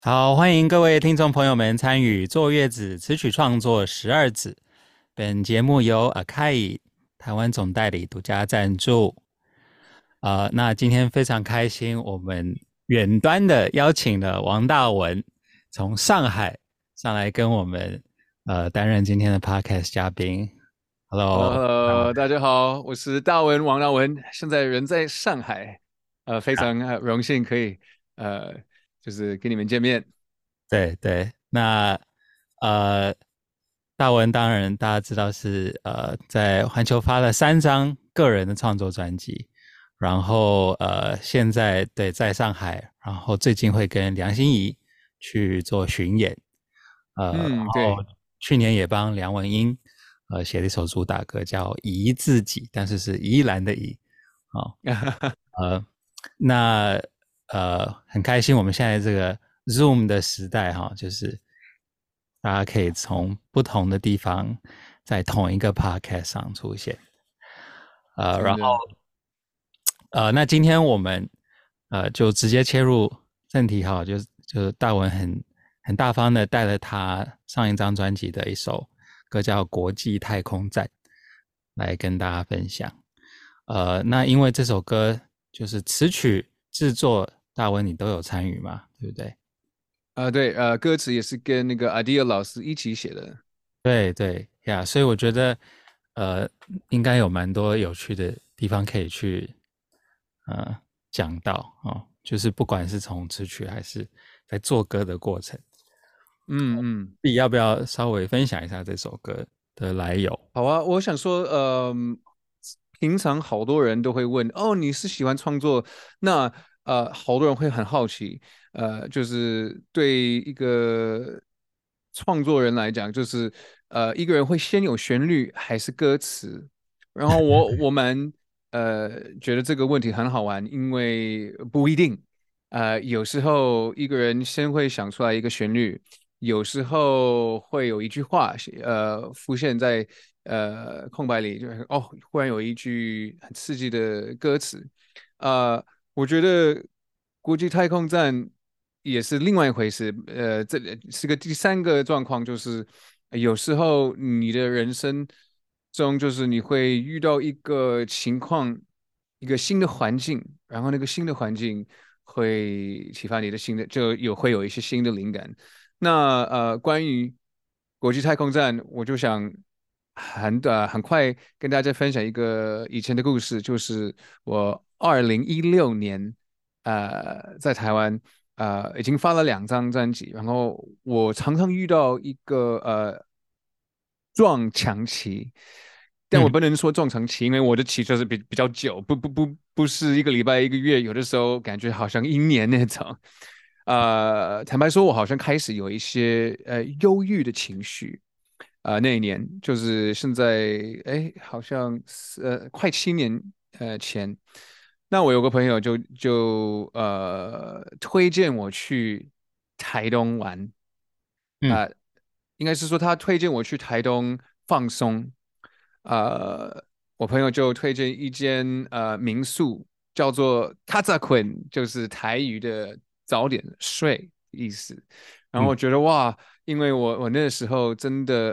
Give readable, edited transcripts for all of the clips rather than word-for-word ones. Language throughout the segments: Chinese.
好，欢迎各位听众朋友们参与坐月子词曲创作12子。本节目由 Akai 台湾总代理独家赞助。那今天非常开心，我们远端的邀请了王大文从上海上来跟我们担任今天的 Podcast 嘉宾。Hello， 大家好，我是大文王大文，现在人在上海，非常荣幸可以呃，就是跟你们见面。 对对，那呃，大文当然大家知道是在环球发了3张个人的创作专辑，然后现在对在上海，然后最近会跟梁心颐去做巡演，然嗯， 后对， 去年也帮梁文音写了一首主打歌叫《宜自己》，但是是宜兰的宜，哦，呃，那很开心，我们现在这个 Zoom 的时代哈，就是大家可以从不同的地方在同一个 Podcast 上出现。然后真的。 那今天我们就直接切入正题哈，就大文很大方的带了他上一张专辑的一首歌叫《国际太空站》来跟大家分享。那因为这首歌就是词曲制作，大文你都有参与嘛，对不对？ 对，歌词也是跟那个阿迪尔老师一起写的。 对对呀，所以我觉得呃应该有蛮多有趣的地方可以去呃讲到哦，就是不管是从词曲还是在做歌的过程， 嗯嗯。 你要不要稍微分享一下这首歌的来由？ 好啊，我想说，平常好多人都会问，哦，你是喜欢创作？那好多人会很好奇，就是对一个创作人来讲，就是一个人会先有旋律还是歌词？然后我们觉得这个问题很好玩，因为不一定，有时候一个人先会想出来一个旋律。有时候会有一句话，浮现在空白里，就是哦，忽然有一句很刺激的歌词，呃，我觉得国际太空站也是另外一回事，这是个第三个状况，就是有时候你的人生中，就是你会遇到一个情况，一个新的环境，然后那个新的环境会启发你的新的，会有一些新的灵感。那关于国际太空站，我就想很快跟大家分享一个以前的故事，就是我2016年在台湾已经发了2张专辑，然后我常常遇到一个撞墙期。但我嗯， 不能说撞墙期，因为我的期就是比较久，不是一个礼拜、一个月，有的时候感觉好像1年那种。坦白说，我好像开始有一些忧郁的情绪。那一年就是现在，哎，好像是快7年前。那我有个朋友就推荐我去台东玩。 嗯， 呃，应该是说他推荐我去台东放松。呃，我朋友就推荐一间民宿，叫做卡扎昆，就是台语的早点睡意思。然后嗯， 我觉得哇，因为我那时候真的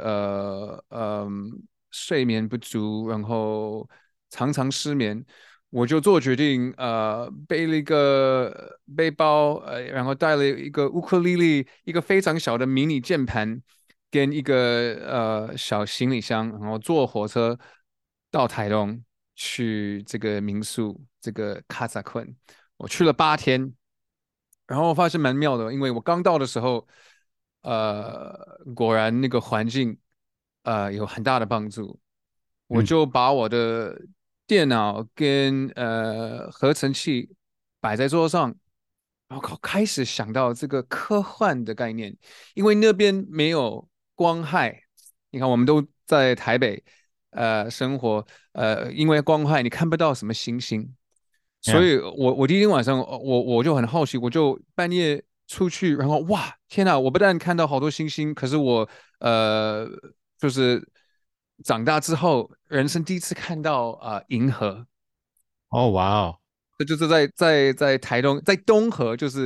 睡眠不足，然后常常失眠，我就做决定，背了一个背包，然后带了一个乌克丽丽，一个非常小的迷你键盘，跟一个小行李箱，然后坐火车到台东去这个民宿，这个卡萨昆。我去了8天，然后我发现蛮妙的，因为我刚到的时候，果然那个环境，有很大的帮助。我嗯， 就把我的电脑跟合成器摆在桌上，然后开始想到这个科幻的概念，因为那边没有光害。你看，我们都在台北生活，因为光害你看不到什么星星。所呀， 以我第一天晚上，我就很好奇，我就半夜出去，然后哇，天呐！我不但看到好多星星，可是我呃，就是长大之后，人生第一次看到银河。 哦，哇哦， 这就是在台东，在东河，就是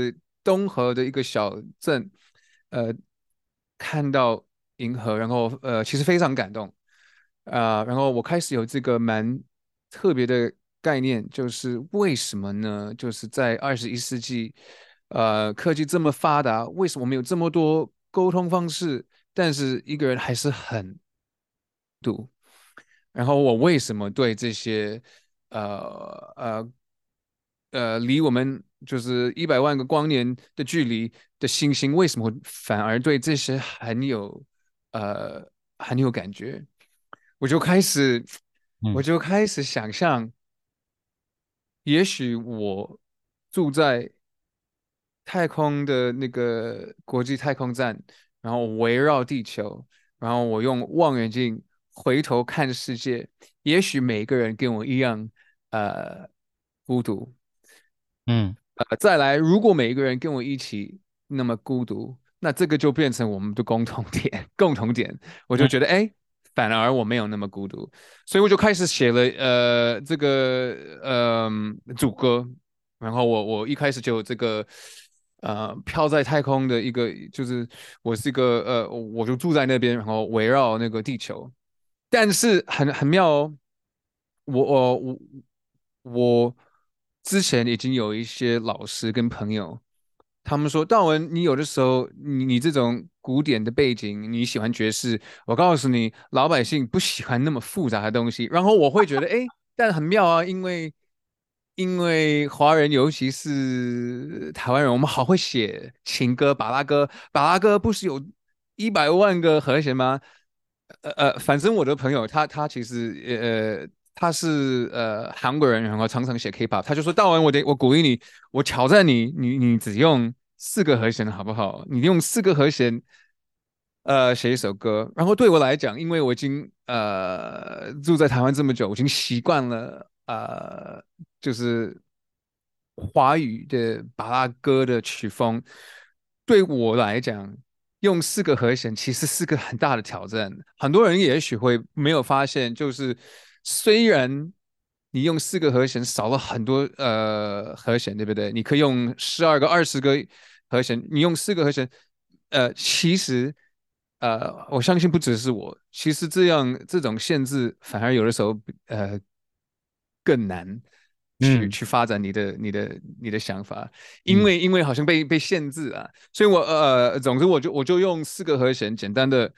东河的一个小镇，呃，看到银河，然后其实非常感动。然后我开始有这个蛮特别的概念，就是为什么呢？就是在21世纪，科技这么发达，为什么我们有这么多沟通方式，但是一个人还是很独？然后我为什么对这些呃呃离我们就是100万个光年的距离的星星，为什么反而对这些呃很有感觉？我就开始我嗯就开始想象，也许我住在太空的那个国际太空站，然后围绕地球，然后我用望远镜回头看世界，也许每个人跟我一样，呃，孤独。 嗯再来，如果每一个人跟我一起那么孤独，那这个就变成我们的共同点，共同点。我就嗯觉得，哎，反而我没有那么孤独，所以我就开始写了这个主歌，然后我一开始就有这个飘在太空的一个，就是我是一个我就住在那边，然后围绕那个地球，但是很妙哦，我之前已经有一些老师跟朋友，他们说，大文，你有的时候你这种古典的背景，你喜欢爵士，我告诉你，老百姓不喜欢那么复杂的东西。然后我会觉得，哎，但很妙啊，因为华人，尤其是台湾人，我们好会写情歌、巴拉歌，巴拉歌不是有100万个和弦吗？反正我的朋友他其实他是韩国人，然后常常写 K-pop，他就说大文我鼓励你，我挑战你，你只用4个和弦好不好？你用4个和弦写一首歌。然后对我来讲，因为我已经住在台湾这么久，我已经习惯了就是华语的巴拉歌的曲风，对我来讲。用4个和弦其实是个很大的挑战。很多人也许会没有发现，就是虽然你用4个和弦少了很多和弦，对不对？你可以用12个、20个和弦，你用4个和弦，其实我相信不只是我，其实这种限制反而有的时候更难嗯去发展你的想法。因嗯为好像被限制啊，所以总之我就用4个和弦简单的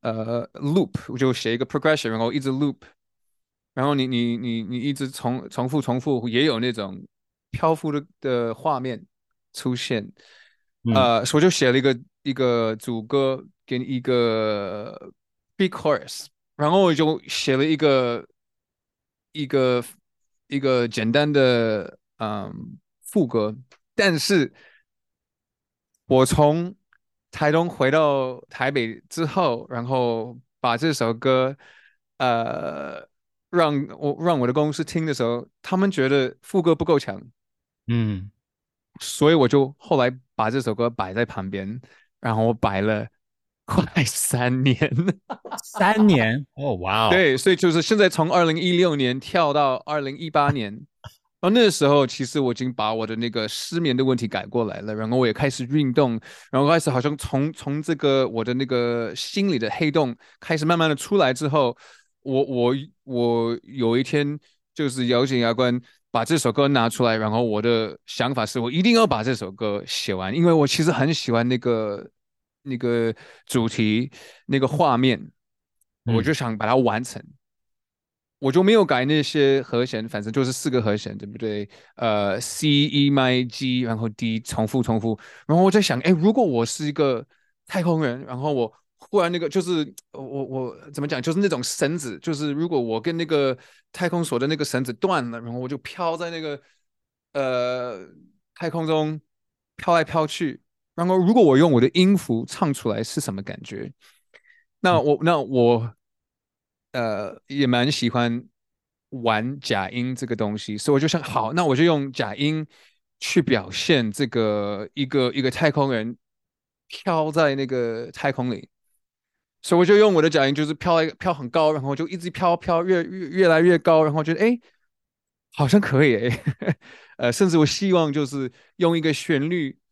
loop，我就写一个 progression，然后一直 loop，然后你一直重复，也有那种漂浮的画面出现， 嗯所以我就写了一个主歌跟一个 big chorus，然后我就写了一个一个简单的副歌，但是我从台东回到台北之后，然后把这首歌呃让我的公司听的时候，他们觉得副歌不够强， 嗯， 所以我就后来把这首歌摆在旁边，然后我摆了快3年。 3年哦，哇哦， 对，所以就是现在从2016年跳到2018年，然后那个时候其实我已经把我的那个失眠的问题改过来了，然后我也开始运动，然后开始好像从这个我的那个心里的黑洞开始慢慢的出来之后，我有一天就是咬紧牙关把这首歌拿出来，然后我的想法是我一定要把这首歌写完，因为我其实很喜欢那个主题那个画面。我就嗯想把它完成，我就没有改那些和弦，反正就是4个和弦，对不对？C、E、M、G，然后 D 重复，然后我在想，哎，如果我是一个太空人，然后我忽然那个就是我怎么讲，就是那种绳子，就是如果我跟那个太空所的那个绳子断了，然后我就飘在那个呃太空中飘来飘去，然后如果我用我的音符唱出来是什么感觉？那我也蛮喜欢玩假音这个东西，所以我就想，好，那我就用假音去表现这个一个太空人飘在那个太空里，所以我就用我的假音，就是飘很高，然后就一直飘越来越高，然后觉得哎，好像可以哎，甚至我希望就是用一个旋律。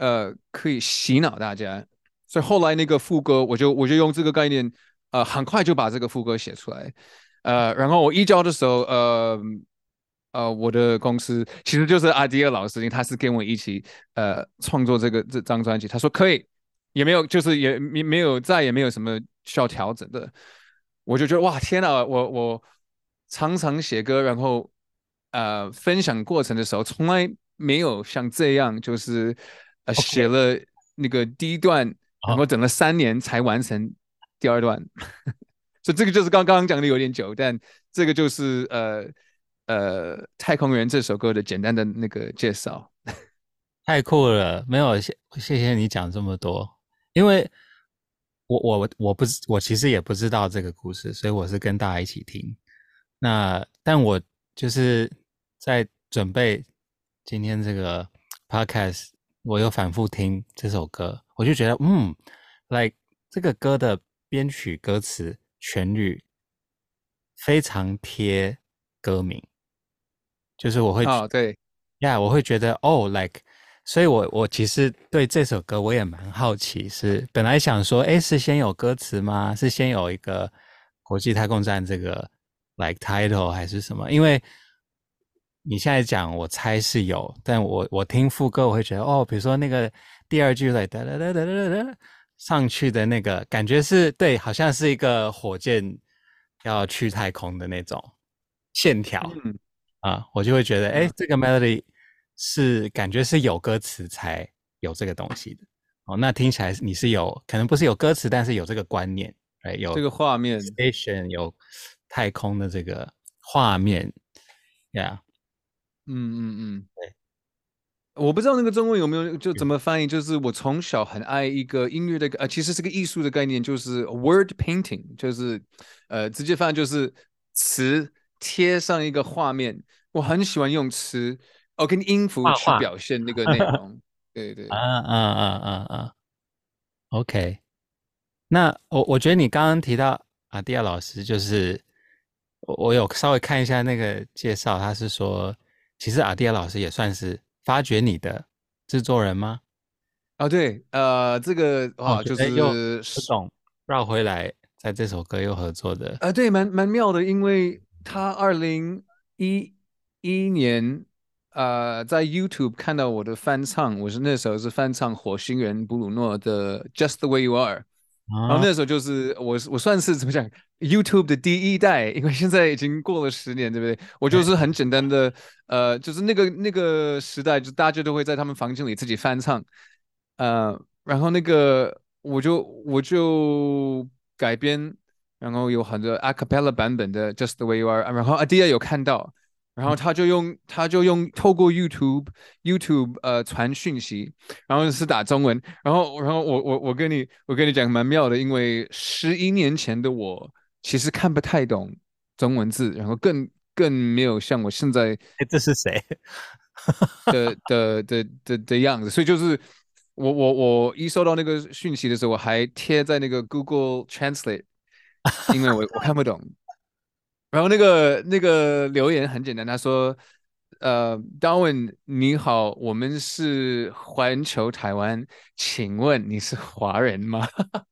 可以洗脑大家，所以后来那个副歌，我就用这个概念，很快就把这个副歌写出来，然后我移交的时候，我的公司其实就是阿迪尔老师，因为他是跟我一起创作这张专辑，他说可以，也没有就是也没有再也没有什么需要调整的，我就觉得哇天呐，我常常写歌，然后分享过程的时候，从来没有像这样，就是写 ？OK， 了那个第一段，然好， 后等了3年才完成第二段。所以这个就是刚刚讲的有点久，但这个就是《太空人》这首歌的简单的那个介绍。 太酷了，没有谢谢你讲这么多，因为我其实也不知道这个故事，所以我是跟大家一起听。但我就是在准备今天这个 podcast，我又反复听这首歌，我就觉得like 这个歌的编曲、歌词、旋律非常贴歌名，就是啊，对， 我会觉得like，所以我其实对这首歌我也蛮好奇，是本来想说，诶，是先有歌词吗？是先有一个国际太空站这个 like title 还是什么？因为你现在讲，我猜是有，但我听副歌，我会觉得比如说那个第二句来哒哒哒哒哒哒上去的那个感觉是对，好像是一个火箭要去太空的那种线条。 嗯我就会觉得，哎， 嗯这个 melody 是感觉是有歌词才有这个东西的。那听起来你是有可能不是有歌词，但是有这个观念，有这个画面， station 有太空的这个画面，Yeah， 嗯嗯嗯。 对， 我不知道那个中文有没有就怎么翻译，就是我从小很爱一个音乐的其实是个艺术的概念，就是 word painting，就是直接翻译就是词贴上一个画面。我很喜欢用词跟音符去画画， 表现那个内容。对对， OK。那我觉得你刚刚提到阿迪亚老师，就是我有稍微看一下那个介绍，他是说，其实阿迪亚老师也算是发掘你的制作人吗？ 对，这个我觉就得又是有种绕回来，在这首歌又合作的对，蛮妙的，因为他2011年在 YouTube 看到我的翻唱，那时候是翻唱火星人布鲁诺的《Just the Way You Are》，然后啊， 那时候就是我算是怎么讲 YouTube 的第一代，因为现在已经过了10年，对不对？我就是很简单的就是那个时代，就大家都会在他们房间里自己翻唱，然后那个我就改编。然后有很多 a cappella 版本的 Just the Way You Are，然后 Adia 有看到，然后他就用透过 YouTube 传讯息，然后是打中文，然后我跟你讲蛮妙的，因为11年前的我其实看不太懂中文字，然后更没有像我现在哎，这是谁？ 的样子，所以就是我一收到那个讯息的时候，我还贴在那个 Google Translate，因为我看不懂。然后那个留言很简单，他说：Darwin 你好，我们是环球台湾，请问你是华人吗？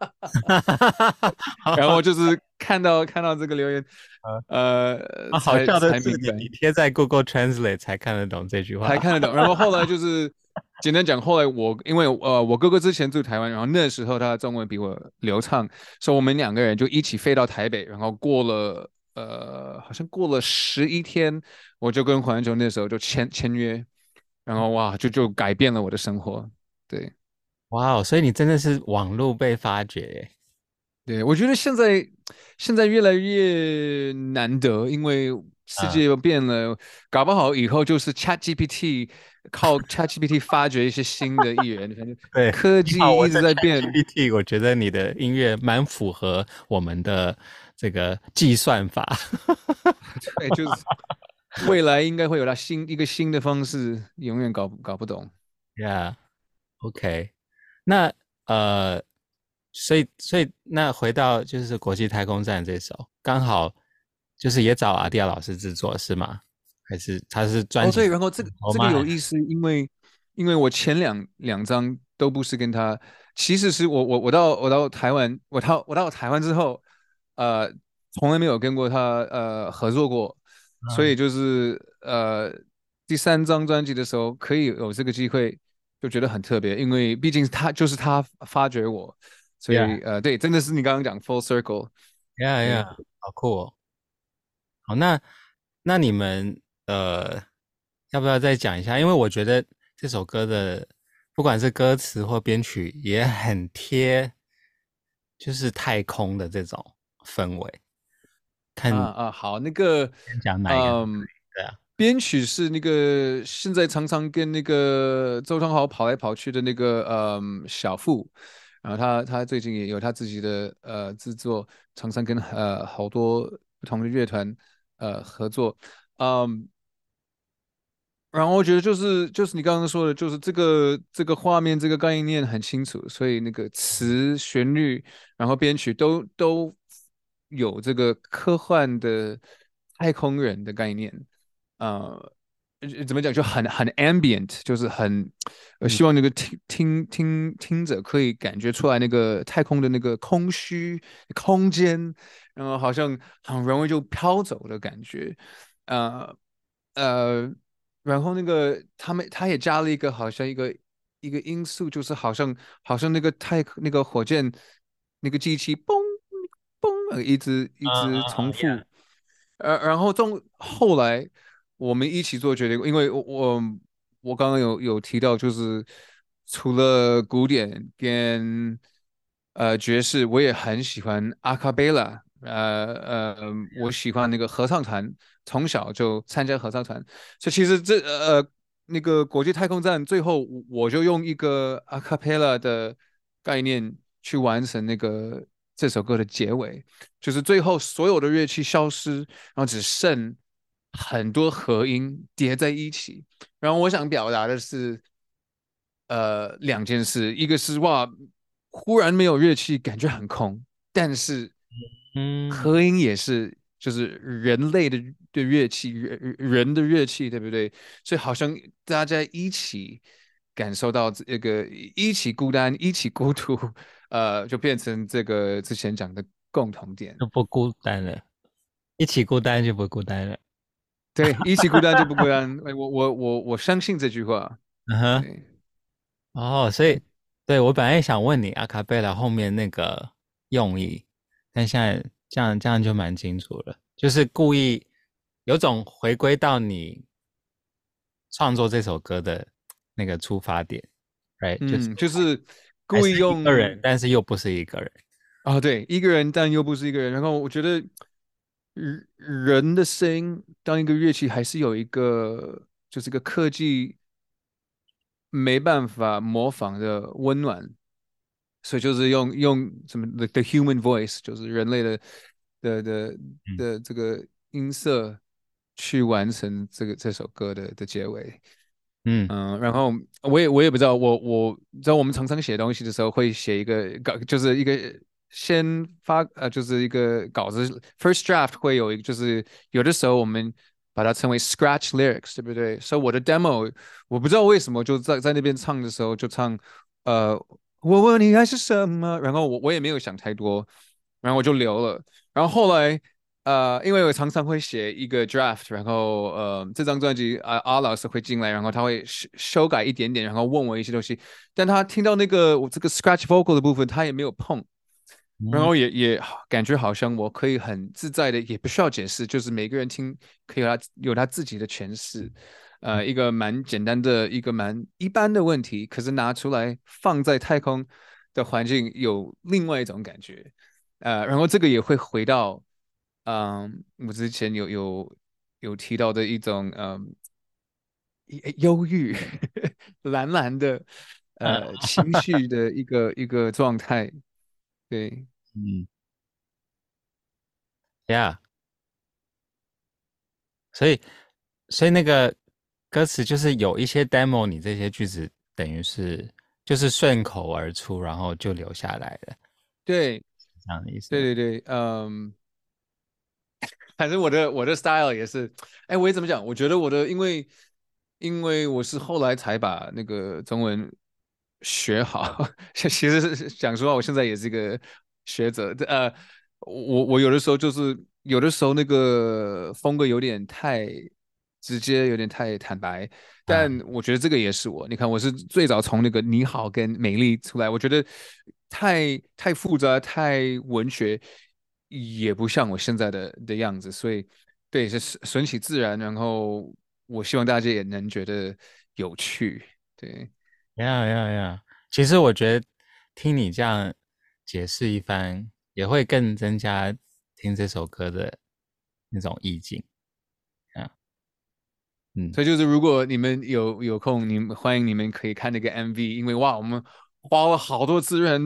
然后就是看到这个留言， 好才笑的是才明白。 你贴在 Google Translate 才看得懂这句话。 才看得懂。然后后来就是简单讲，后来因为我哥哥之前住台湾，然后那时候他的中文比我流畅，所以我们2个人就一起飞到台北，然后好像过了11天，我就跟环球那时候就签约，然后哇就改变了我的生活。对。 哇哦，所以你真的是网络被发掘耶对，我觉得现在越来越难得，因为世嗯， 界又变了，搞不好以后就是 ChatGPT 靠 ChatGPT 发掘一些新的艺人，反正对， 科你好， 技一直我是在变。 ChatGPT，我觉得你的音乐蛮符合我们的这个计算法。 对，就是未来应该会有一个新的方式，永远搞不懂。 Yeah，OK，那呃，所以那回到就是国际太空站这首，刚好就是也找阿迪亚老师制作是吗？还是他是专哦， 辑对，然后这个头吗？还是这个有意思，因为因为我前两张都不是跟他，其实是我到台湾，我到台湾之后，呃，从来没有跟过他合作过，所以就是第三张专辑的时候可以有这个机会，就觉得很特别，因为毕竟他发掘我，所以对，真的是你刚刚讲 full circle， Yeah，Yeah，Yeah， 对。 好酷哦。好，那你们要不要再讲一下？因为我觉得这首歌的不管是歌词或编曲也很贴，就是太空的这种氛围。看好，那个， 先讲哪一个都可嗯， 以。对啊， 编曲是那个现在常常跟那个周汤豪跑来跑去的那个，小付，然后他最近也有他自己的制作，常常跟好多不同的乐团合作，嗯，然后我觉得就是你刚刚说的，就是这个画面这个概念很清楚，所以那个词旋律，然后编曲都有这个科幻的太空人的概念，呃，怎么讲就很 ambient，就是很嗯， 希望那个听者可以感觉出来那个太空的那个空虚空间，然后好像很容易就飘走的感觉。呃呃，然后那个他也加了一个好像一个因素，就是好像那个火箭那个机器嘣嘣一直重复，然后后来我们一起做决定，因为我刚刚有提到，就是除了古典跟爵士，我也很喜欢阿卡贝拉，我喜欢那个合唱团，从小就参加合唱团，所以其实那个国际太空站最后我就用一个阿卡贝拉的概念去完成那个这首歌的结尾。就是最后所有的乐器消失，然后只剩很多和音叠在一起。然后我想表达的是，两件事，一个是哇，忽然没有乐器，感觉很空，但是嗯， 和音也是。就是人类的乐器，人的乐器，对不对？所以好像大家一起感受到这个一起孤单，一起孤独，就变成这个之前讲的共同点。 就不孤单了，一起孤单就不孤单了。 对，一起孤单就不孤单。哎我相信这句话。 嗯哼。 对， 哦，所以对我本来也想问你阿卡贝拉后面那个用意，但现在这样就蛮清楚了，就是故意有种回归到你创作这首歌的那个出发点，right？就是嗯，就是还是故意一个人， 用但是又不是一个人。 对，一个人但又不是一个人。然后我觉得人的声音当一个乐器，还是有一个就是一个科技没办法模仿的温暖。所以就是用什么 the human voice，就是人类的的嗯的这个音色去完成这首歌的结尾。 嗯然后我也不知道，我知道我们常常写东西的时候会写一个稿，就是一个先发就是一个稿子，first draft 会有一个，就是有的时候我们把它称为 scratch lyrics，对不对？所以我的 demo 我不知道为什么就在那边唱的时候就唱呃我问你爱是什么，然后我也没有想太多，然后我就留了，然后后来。因为我常常会写一个 draft，然后这张专辑阿老师会进来，然后他会修改一点点，然后问我一些东西，但他听到那个我这个 scratch vocal 的部分，他也没有碰，然嗯后也感觉好像我可以很自在的，也不需要解释，就是每个人听可以有他自己的诠释，一个蛮简单的一个蛮一般的问题，可是拿出来放在太空的环境有另外一种感觉，然后这个也会回到。我之前有提到的一种忧郁蓝蓝的嗯情绪的一个状态，对嗯，Yeah。所以那个歌词就是有一些 demo，你这些句子等于是就是顺口而出，然后就留下来了， 对是这样的意思吗？ 对对对，反正我的 style 也是，哎，我也怎么讲？我觉得我的因为因为我是后来才把那个中文学好，其实是讲实话，我现在也是一个学者。我有的时候就是有的时候那个风格有点太直接，有点太坦白， 啊但我觉得这个也是我。你看，我是最早从那个你好跟美丽出来，我觉得太复杂、太文学，也不像我现在的样子，所以。对，是顺其自然，然后我希望大家也能觉得有趣。对， 呀呀呀！其实我觉得听你这样解释一番，也会更增加听这首歌的那种意境啊。嗯所以就是如果你们有空，欢迎你们可以看那个 MV，因为哇，我们花了好多资源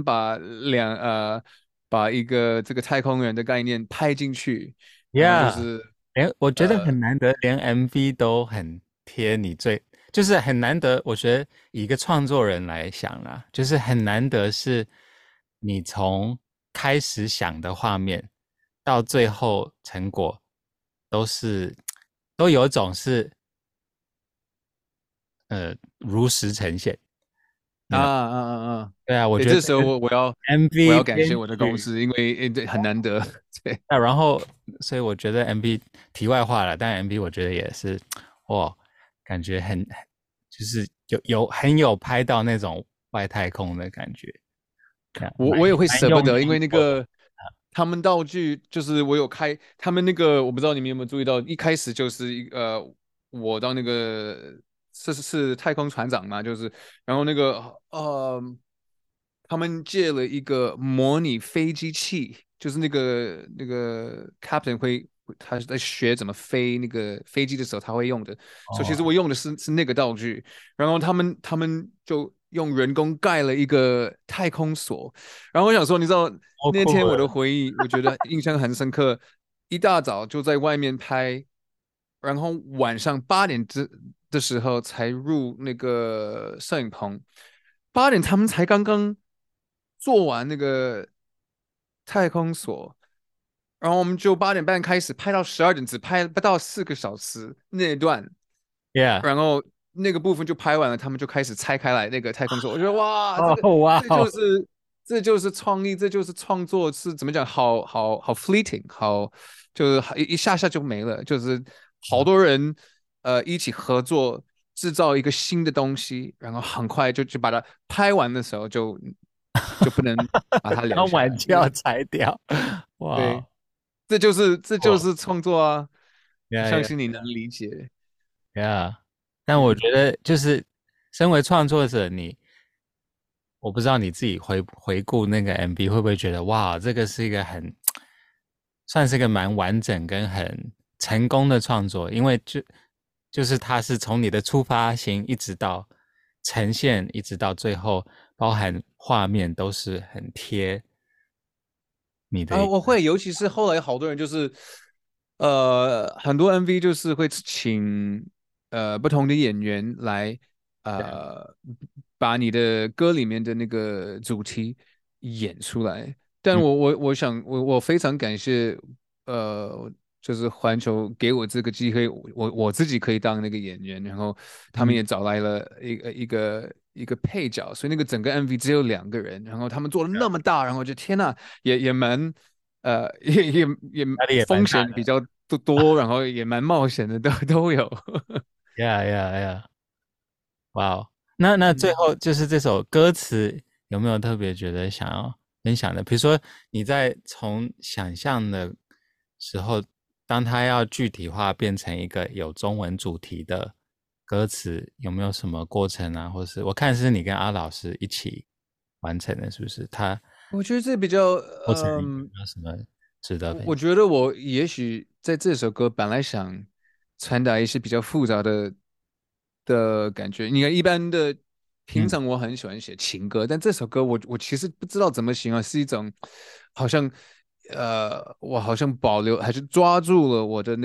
把一个这个太空人的概念拍进去，然后就 ，Yeah， 是我觉得呃很难得，连 MV 都很贴你就是很难得。我觉得以一个创作人来想啊，就是很难得是你从开始想的画面到最后成果都是都有种是如实呈现，你懂？对啊，我对， 觉得这个这时候我要 MV 感谢我的公编曲司，因为对很难得，对。 那然后，所以我觉得 MV 题外话了，但 MV 我觉得也是，哇，感觉就是很有拍到那种外太空的感觉，这样我也会蛮用舍不得，因为心做的。 那个他们道具就是我有开他们那个，我不知道你们有没有注意到，一开始就是我当那个是太空船长嘛，就是然后那个他们借了一个模拟飞机器，就是那个 captain 他是在学怎么飞那个飞机的时候他会用的，所以其实我哦， 用的是那个道具，然后他们就用人工盖了一个太空锁。然后我想说，你知道好酷那天我的的， 回忆，我觉得印象很深刻。一大早就在外面拍，然后晚上8点的时候才入那个摄影棚。8点他们才刚刚做完那个太空锁，然后我们就8点半开始拍到12点，只拍不到4个小时那一段， ，Yeah， 然后那个部分就拍完了，他们就开始拆开来那个太空梭。我觉得哇，这个哦，哇这就哦， 是这就是创意，这就是创作，是怎么讲？好 fleeting，就是一下下就没了，就是好多人一起合作制造一个新的东西，然后很快就把它拍完的时候就不能把它留当下来。 晚就要拆掉，哇对，这就是哦创作啊，相信你能 ，Yeah，Yeah，Yeah， 理解。 Yeah，但我对。 觉得就是身为创作者，我不知道你自己回顾那个 MV 会不会觉得哇，这个是一个算是一个蛮完整跟很成功的创作，因为就是它是从你的出发心一直到呈现，一直到最后，包含画面都是很贴你的我会，尤其是后来好多人就是，很多 MV 就是会请不同的演员来呃把你的歌里面的那个主题演出来。但嗯我想我非常感谢呃，就是环球给我这个机会，我自己可以当那个演员，然后他们嗯也找来了一个配角，所以那个整个 MV 只有2个人，然后他们做的那么大，然后就天呐！也蛮也压力也蛮风大的险比较多，然后也蛮冒险的，都有。 ，Yeah Yeah Yeah，哇哦，那最嗯， 后就是这首歌词有没有特别觉得想要分享的？比如说你在从想象的时候，当它要具体化变成一个有中文主题的歌词，有没有什么过程啊？或是我看是你跟阿老师一起完成的，是不是？他我觉得这比较， 过程里有没有什么值得分享？ 我觉得我也许在这首歌本来想传达一些比较复杂的感觉。你看，一般的平嗯常我很喜欢写情歌，但这首歌我其实不知道怎么形容，是一种好像我好像保留还是抓住了我的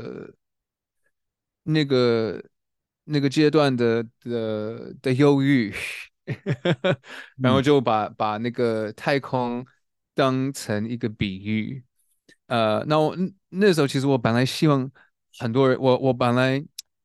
那个那个阶段的忧郁，然后嗯就把那个太空当成一个比喻。那时候其实我本来希望很多人，我本来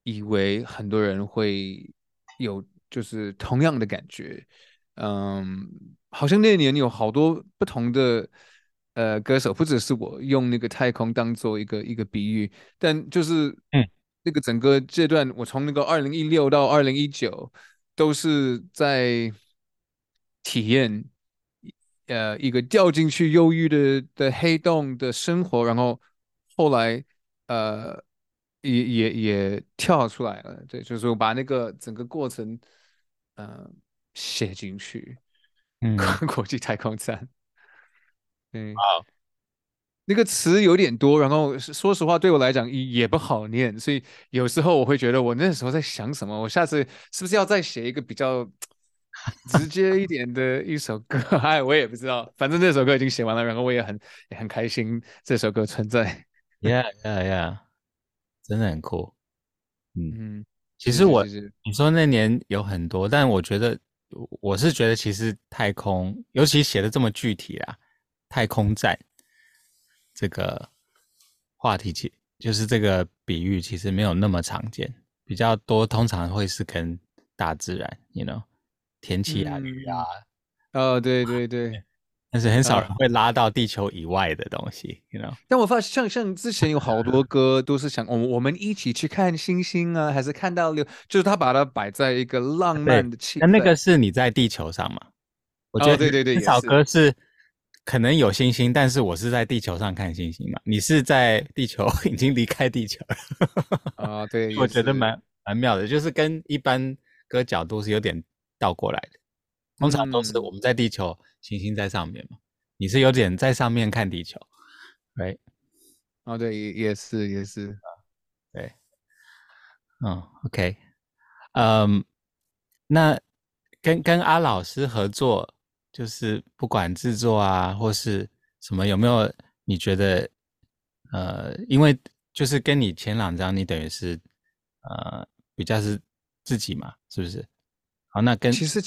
以为很多人会有就是同样的感觉。嗯，好像那年有好多不同的歌手，不只是我用那个太空当做一个比喻，但就是嗯那个整个阶段，我从那个2016到2019，都是在体验一个掉进去忧郁的黑洞的生活，然后后来呃也跳出来了。对，就是我把那个整个过程呃写进去。 嗯， 国际太空站。对， 好那个词有点多，然后说实话对我来讲也不好念，所以有时候我会觉得我那时候在想什么，我下次是不是要再写一个比较直接一点的一首歌？哎，我也不知道，反正那首歌已经写完了，然后我也很开心这首歌存在。 ，Yeah Yeah Yeah，真的很酷。嗯， 嗯， 其实我谢谢谢谢。 你说那年有很多，但我觉得我是觉得其实太空，尤其写的这么具体啊，太空站这个话题就是这个比喻，其实没有那么常见，比较多通常会是跟大自然，you know，天气啊、雨啊， 嗯，哦，对对对。 但是很少人啊。 会拉到地球以外的东西，you know。 但我发现像之前有好多歌都是想我们一起去看星星啊，还是看到六，就是他把它摆在一个浪漫对， 的气氛。 那那个是你在地球上嘛？我觉哦， 得对对对， 很少也是。 歌是可能有星星，但是我是在地球上看星星嘛，你是在地球已经离开地球了， 啊，对， 我也是。 觉得蛮妙的，就是跟一般歌角度是有点倒过来的。通常都是我嗯。 们在地球，星星在上面嘛，你是有点在上面看地球，right？ 哦，对，也是。 对，嗯，OK，嗯，那跟阿老师合作，就是不管制作啊，或是什么，有没有你觉得，因为就是跟你前两张，你等于是呃比较是自己嘛，是不是？好，那跟其实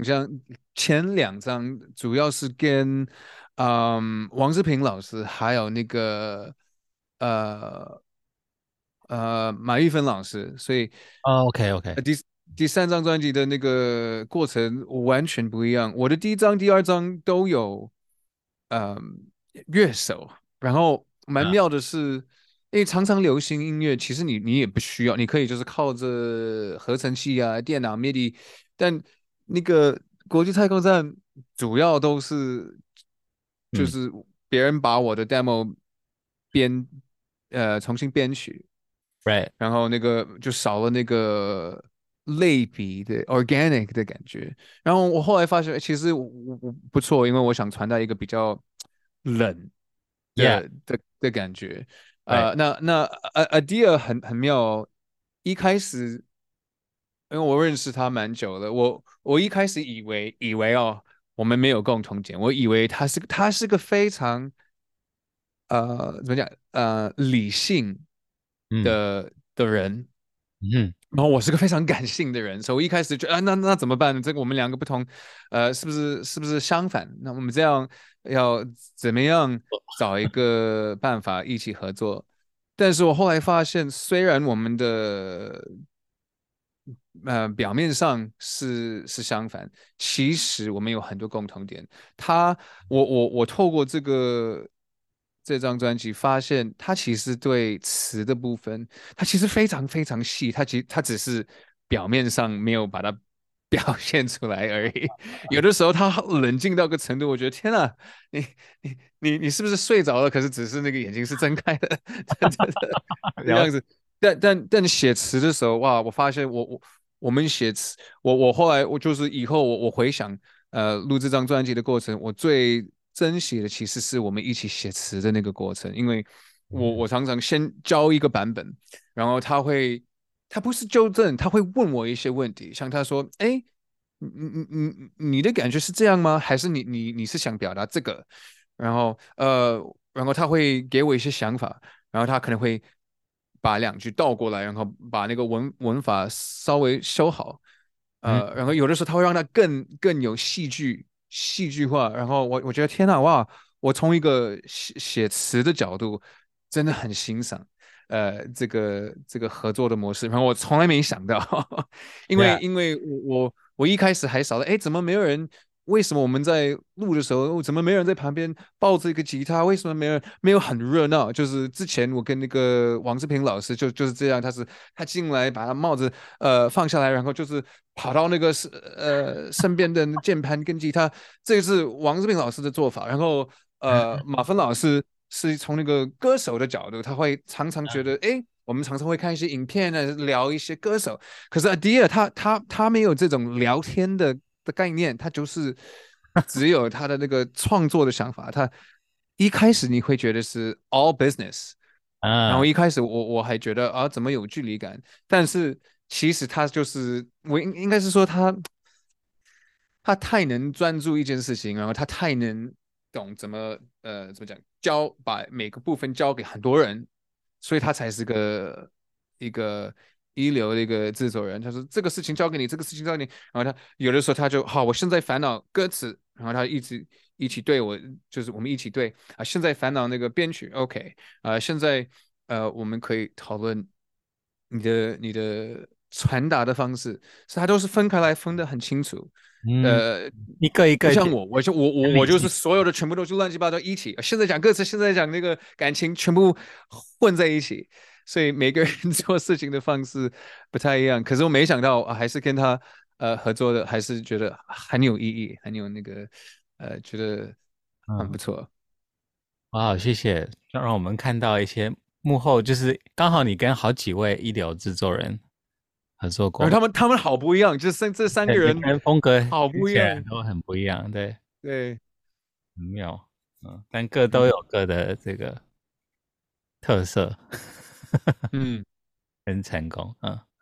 前两张主要是跟王志平老师还有那个呃马玉芬老师，所以哦，OK OK， 第三张专辑的那个过程完全不一样。我的第一张、第二张都有乐手，然后蛮嗯妙的是，因为常常流行音乐，其实你也不需要，你可以就是靠着合成器啊、电脑 MIDI，但那个国际太空站主要都是就嗯是别人把我的 demo 编重新编曲。 ，right， 然后那个就少了那个类比的 organic 的感觉。然后我后来发现，其实我不错，因为我想传达一个比较冷的感觉。 yeah，right， 那Adia 很妙哦。一开始，因为我认识他蛮久了，我一开始以为哦，我们没有共同点，我以为他是个非常怎么讲理性嗯的人。 嗯然后我是个非常感性的人，所以我一开始就那怎么办呢？这个我们两个不同，是不是相反？那我们这样要怎么样找一个办法一起合作？但是我后来发现，虽然我们的表面上是相反，其实我们有很多共同点。他，我透过这张专辑发现，他其实对词的部分，他其实非常非常细，他只是表面上没有把它表现出来而已。有的时候他冷静到个程度，我觉得天啊，你是不是睡着了？可是只是那个眼睛是睁开的，这了样子。但写词的时候，哇，我发现我们写词，我后来我就是以后我回想录这张专辑的过程，我最珍惜的其实是我们一起写词的那个过程，因为我常常先交一个版本，然后他不是纠正，他会问我一些问题，像他说，哎。你的感觉是这样吗？还是你是想表达这个？然后他会给我一些想法，然后他可能会把2句倒过来，然后把那个文法稍微修好。 嗯然后有的时候他会让它更有戏剧化，然后我觉得天呐，哇，我从一个写词的角度真的很欣赏。 这个合作的模式，然后我从来没想到，因对啊， 为因为我一开始还少了，哎，怎么没有人？为什么我们在录的时候，怎么没有人在旁边抱着一个吉他？为什么没有很热闹？就是之前我跟那个王志平老师就是这样，他进来把他帽子放下来，然后就是跑到那个身边的键盘跟吉他，这个是王志平老师的做法。然后马芬老师是从那个歌手的角度，他会常常觉得，哎，我们常常会看一些影片呢，聊一些歌手，可是 Adia 他没有这种聊天的概念，他就是只有他的那个创作的想法。他一开始你会觉得是 all business，然后嗯一开始我还觉得啊怎么有距离感，但是其实他就是我应该是说他太能专注一件事情，然后他太能懂怎么讲把每个部分交给很多人，所以他才是一个一流的一个制作人。他说这个事情交给你，这个事情交给你，然后他有的时候他就好，我现在烦恼歌词，然后他一起对我，就是我们一起对啊，现在烦恼那个编曲，OK，现在我们可以讨论你的传达的方式，所以它都是分开来分得很清楚。 嗯， 呃， 一个一个去不像我，我就是理清。 所有的全部都是乱七八糟一起，现在讲歌词，现在讲那个感情，全部混在一起，所以每个人做事情的方式不太一样。可是我没想到，还是跟他合作的，还是觉得很有意义，很有那个觉得很嗯， 不错。 哇，谢谢，让我们看到一些幕后，就是刚好你跟好几位一流制作人合作过嘛， 然后他们好不一样，这三对， 个人每个人风格好听起来不一样。 都很不一样，对， 对， 很妙，但各都嗯有各的这个特色， 嗯。 跟成功，